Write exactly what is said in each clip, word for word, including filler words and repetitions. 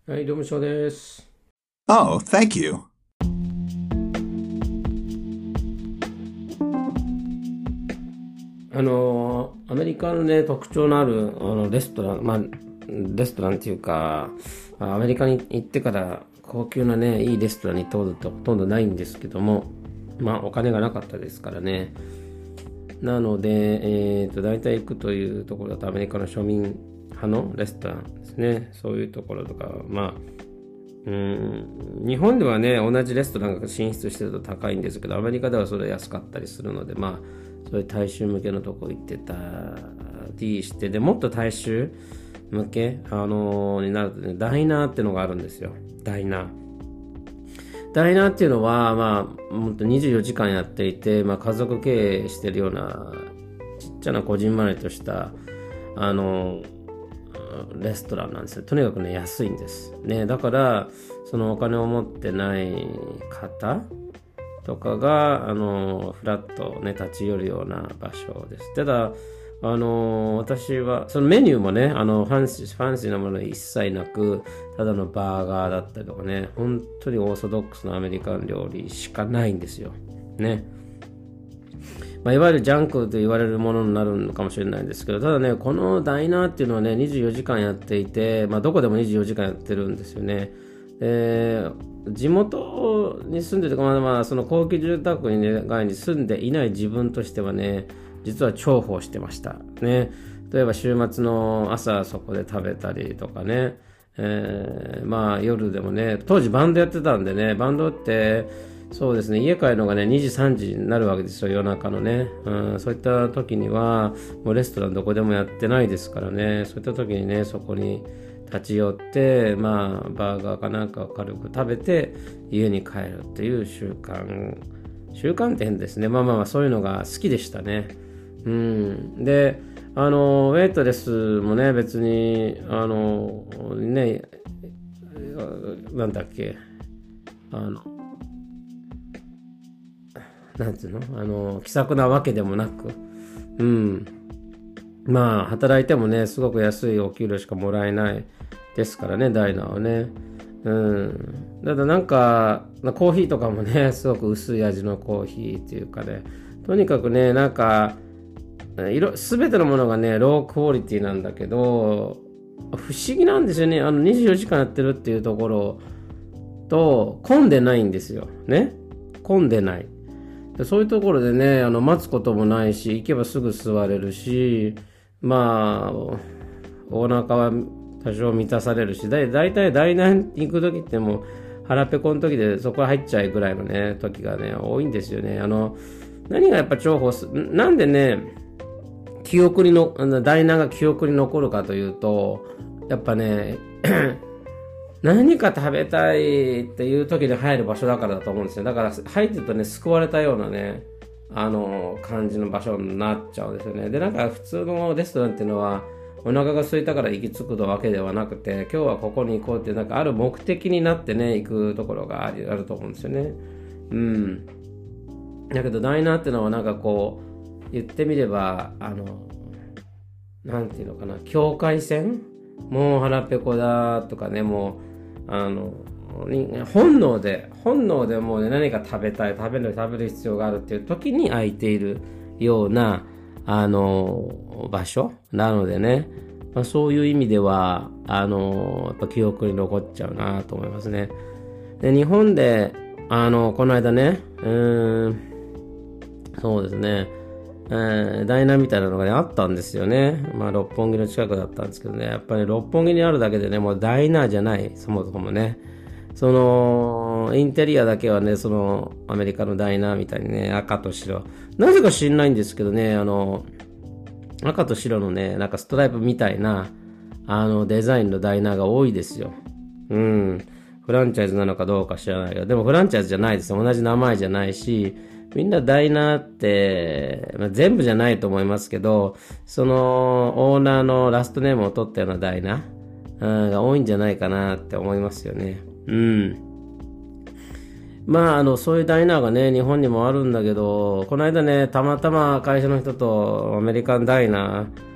はい、どうもしょうです。 Oh, thank you. あのーアメリカのね、特徴のある、あの、レストラン、まあ、レストランっていうか、まあアメリカに行ってから高級なね、いいレストランに行ったことってほとんどないんですけども、まあ、お金がなかったですからね。なので、えっと、大体行くというところだとアメリカの庶民派のレストランですね。そういうところとか、まあ、うん、日本ではね、同じレストランが進出してると高いんですけど、アメリカではそれ安かったりするので、まあ、そういう大衆向けのとこ行ってたりして、でもっと大衆向け、あのーになるとね、ダイナーっていうのがあるんですよ。ダイナー。ダイナーっていうのは、まあ、もっとにじゅうよじかんやっていて、まあ、家族経営してるような、ちっちゃなこじんまりとした、あのーレストランなんですよ。とにかくね、安いんです。ね、だから、そのお金を持ってない方とかが、あの、フラッとね、立ち寄るような場所です。ただ、あの、私は、そのメニューもね、あの、ファンシー、ファンシーなもの一切なく、ただのバーガーだったりとかね、本当にオーソドックスなアメリカン料理しかないんですよ。ね。まあ、いわゆるジャンクと言われるものになるのかもしれないんですけど、ただね、このダイナーっていうのはね、にじゅうよじかんやっていて、まあ、どこでもにじゅうよじかんやってるんですよね。で、地元に住んでて、まあ、まあその高級住宅街に住んでいない自分としてはね、実は重宝してました。ね。例えば週末の朝そこで食べたりとかね、えー、まあ夜でもね、当時バンドやってたんでね、バンドって、そうですね、家帰るのがね、にじ、さんじになるわけですよ、夜中のね。うん、そういった時には、もうレストランどこでもやってないですからね、そういった時にね、そこに立ち寄って、まあ、バーガーかなんかを軽く食べて、家に帰るっていう習慣、習慣って変ですね。まあまあまあ、そういうのが好きでしたね。うん。で、あの、ウェイトレスもね、別に、あの、ね、なんだっけ、あの、なんていうのあの、気さくなわけでもなく、うん。まあ、働いてもね、すごく安いお給料しかもらえないですからね、ダイナーはね。うん。ただなんか、コーヒーとかもね、すごく薄い味のコーヒーっていうかね、とにかくね、なんか、すべてのものがね、ロークオリティなんだけど、不思議なんですよね。あの、にじゅうよじかんやってるっていうところと、混んでないんですよ。ね。混んでない。でそういうところでね、あの待つこともないし、行けばすぐ座れるし、まあ、お腹は多少満たされるし、だいだいたい大難行く時ってもう腹ペコの時でそこ入っちゃうぐらいのね、時がね、多いんですよね。あの、何がやっぱ重宝す、なんでね、記憶にの、あのダイナが記憶に残るかというと、やっぱね、何か食べたいっていう時に入る場所だからだと思うんですよ。だから入ってるとね、救われたようなね、あの、感じの場所になっちゃうんですよね。で、なんか普通のレストランっていうのは、お腹が空いたから行き着くわけではなくて、今日はここに行こうっていう、なんかある目的になってね、行くところがあるあると思うんですよね。うん。だけど、ダイナーっていうのはなんかこう、言ってみれば、あの、なんていうのかな、境界線もう腹ペコだとかね、もう、あの、本能で、本能でもうね、何か食べたい、食べる、食べる必要があるっていう時に空いているような、あの、場所なのでね、まあ、そういう意味では、あの、やっぱ記憶に残っちゃうなと思いますね。で、日本で、あの、この間ね、うーん、そうですね、えー、ダイナみたいなのがね、あったんですよね。まあ、六本木の近くだったんですけどね、やっぱり六本木にあるだけでね、もうダイナーじゃない、そもそもね。その、インテリアだけはね、その、アメリカのダイナーみたいにね、赤と白。なぜか知んないんですけどね、あの、赤と白のね、なんかストライプみたいな、あの、デザインのダイナーが多いですよ。うん。フランチャイズなのかどうか知らないけど、でもフランチャイズじゃないですよ。同じ名前じゃないし、みんなダイナーって、まあ、全部じゃないと思いますけど、その、オーナーのラストネームを取ったようなダイナーが多いんじゃないかなって思いますよね。うん。まあ、あの、そういうダイナーがね、日本にもあるんだけど、この間ね、たまたま会社の人とアメリカンダイナー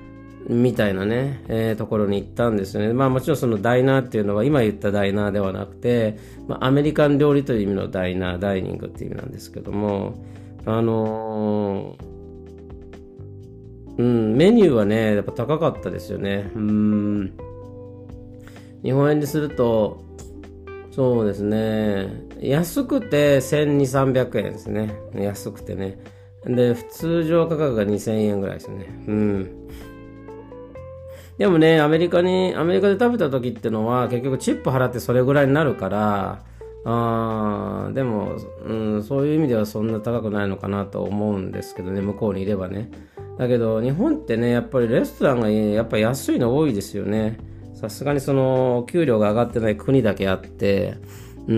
みたいなね、えー、ところに行ったんですよね。まあもちろんそのダイナーっていうのは今言ったダイナーではなくて、まあ、アメリカン料理という意味のダイナー、ダイニングっていう意味なんですけども、あのー、うん、メニューはね、やっぱ高かったですよね。うん、日本円にすると、そうですね、安くてせんにひゃく、さんびゃくえんですね。安くてね。で、普通常価格がにせんえんぐらいですね。うん。でもね、アメリカに、アメリカで食べた時ってのは結局チップ払ってそれぐらいになるから、あーでも、うん、そういう意味ではそんな高くないのかなと思うんですけどね、向こうにいればね。だけど日本ってね、やっぱりレストランがやっぱ安いの多いですよね。さすがにそのお給料が上がってない国だけあって、うん、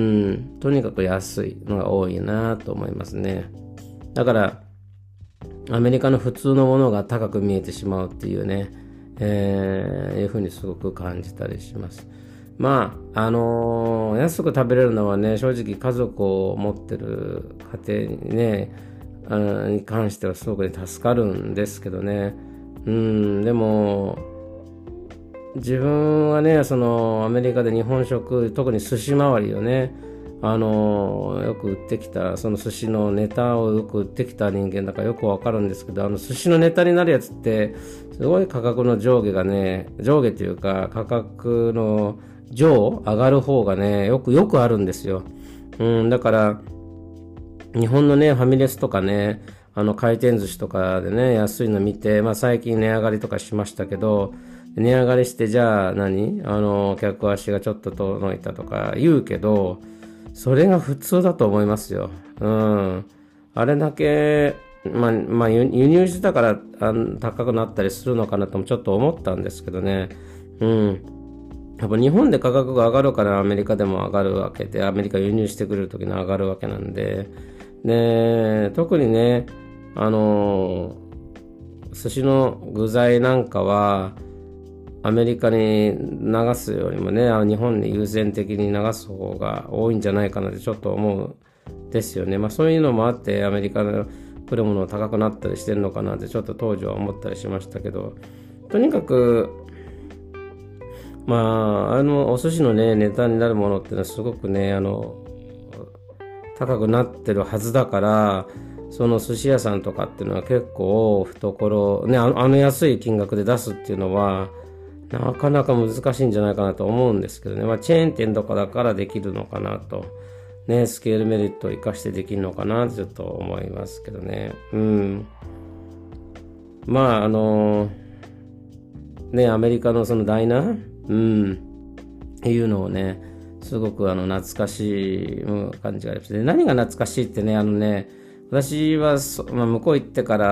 とにかく安いのが多いなと思いますね。だからアメリカの普通のものが高く見えてしまうっていうね、えー、いうふうにすごく感じたりします。まあ、あのー、安く食べれるのはね、正直家族を持ってる家庭にね、あに関してはすごく、ね、助かるんですけどね。うん、でも、自分はね、そのアメリカで日本食、特に寿司周りをね、あのよく売ってきた、その寿司のネタをよく売ってきた人間だからよくわかるんですけど、あの寿司のネタになるやつってすごい価格の上下がね、上下というか価格の上上がる方がね、よくよくあるんですよ。うん、だから日本のねファミレスとかね、あの回転寿司とかでね安いの見て、まあ最近値上がりとかしましたけど、値上がりしてじゃあ何あの客足がちょっと遠のいたとか言うけど、それが普通だと思いますよ。うん。あれだけ、まあ、まあ、輸入したからあ高くなったりするのかなともちょっと思ったんですけどね。うん。やっぱ日本で価格が上がるからアメリカでも上がるわけで、アメリカ輸入してくれる時に上がるわけなんで。で、特にね、あの、寿司の具材なんかは、アメリカに流すよりもね、日本に優先的に流す方が多いんじゃないかなってちょっと思うんですよね。まあそういうのもあってアメリカの来るもの高くなったりしてるのかなってちょっと当時は思ったりしましたけど、とにかくまああのお寿司のねネタになるものっていうのはすごくねあの高くなってるはずだから、その寿司屋さんとかっていうのは結構懐ね、あの、あの安い金額で出すっていうのはなかなか難しいんじゃないかなと思うんですけどね。まあ、チェーン店とかだからできるのかなと。ね、スケールメリットを生かしてできるのかなとちょっと思いますけどね。うん。まあ、あの、ね、アメリカのそのダイナーうん。いうのをね、すごくあの懐かしい感じがありますね。何が懐かしいってね、あのね、私はそ、まあ、向こう行ってから、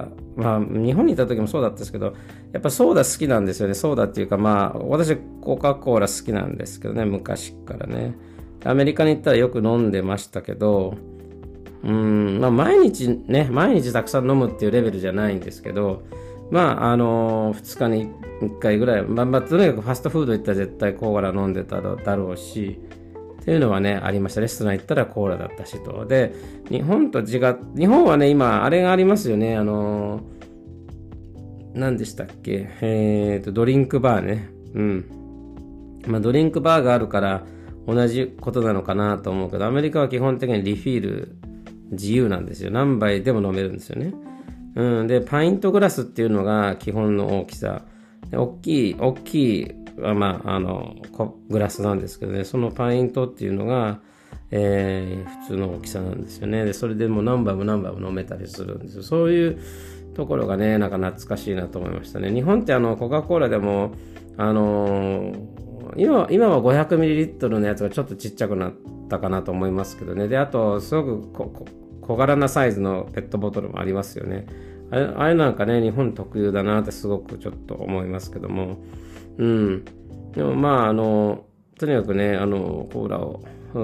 まあ、日本にいた時もそうだったんですけど、やっぱソーダ好きなんですよね。ソーダっていうか、まあ、私コカ・コーラ好きなんですけどね、昔からね。アメリカに行ったらよく飲んでましたけど、うん、まあ、毎日ね、毎日たくさん飲むっていうレベルじゃないんですけど、まあ、あのー、ふつかにいっかいぐらい、まあ、まあ、とにかくファストフード行ったら絶対コーラ飲んでただろうし、っていうのはね、ありました。レストラン行ったらコーラだったしと。で、日本と違っ、日本はね、今、あれがありますよね。あのー、何でしたっけえっと、ドリンクバーね。うん。まあ、ドリンクバーがあるから同じことなのかなと思うけど、アメリカは基本的にリフィール自由なんですよ。何杯でも飲めるんですよね。うん。で、パイントグラスっていうのが基本の大きさ。で、大きい、大きい、まあ、あの、グラスなんですけどね、そのパイントっていうのが、えー、普通の大きさなんですよね。で、それでもう何杯も何杯も飲めたりするんですよ。そういうところがね、なんか懐かしいなと思いましたね。日本ってあの、コカ・コーラでも、あのー、今、今は ごひゃくミリリットル のやつがちょっとちっちゃくなったかなと思いますけどね。で、あと、すごくここ小柄なサイズのペットボトルもありますよね。あれ、あれなんかね、日本特有だなってすごくちょっと思いますけども。うん。でもまあ、あの、とにかくね、あの、コーラを、うん、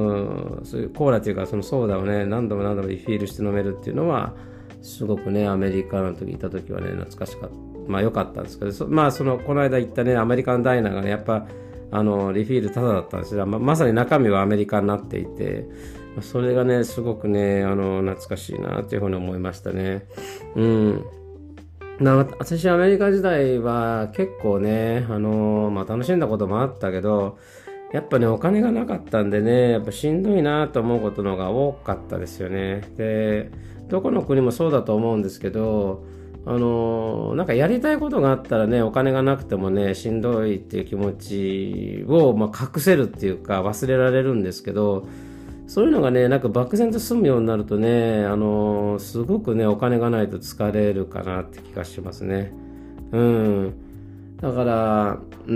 そういうコーラっていうか、そのソーダをね、何度も何度もリフィールして飲めるっていうのは、すごくね、アメリカの時いた時はね、懐かしかった。まあ良かったんですけど、まあその、この間行ったね、アメリカンダイナーがね、やっぱ、あの、リフィールタダだったんですよ。ま、まさに中身はアメリカになっていて、それがね、すごくね、あの、懐かしいなっていうふうに思いましたね。うん。 な私アメリカ時代は結構ね、あのーまあ、楽しんだこともあったけど、やっぱねお金がなかったんでね、やっぱしんどいなと思うことのが多かったですよね。で、どこの国もそうだと思うんですけど、あのーなんかやりたいことがあったらね、お金がなくてもね、しんどいっていう気持ちを、まあ、隠せるっていうか忘れられるんですけど、そういうのがね、なんか漠然と済むようになるとね、あのーすごくね、お金がないと疲れるかなって気がしますね。うん。だから、うん、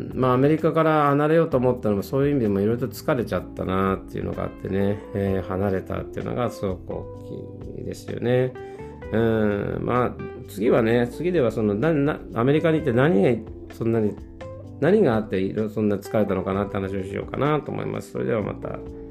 まあアメリカから離れようと思ったのもそういう意味でもいろいろと疲れちゃったなっていうのがあってね、えー離れたっていうのがすごく大きいですよね。うん、まあ次はね、次ではそのななアメリカに行って何がそんなに何があってそんな疲れたのかなって話をしようかなと思います。それではまた。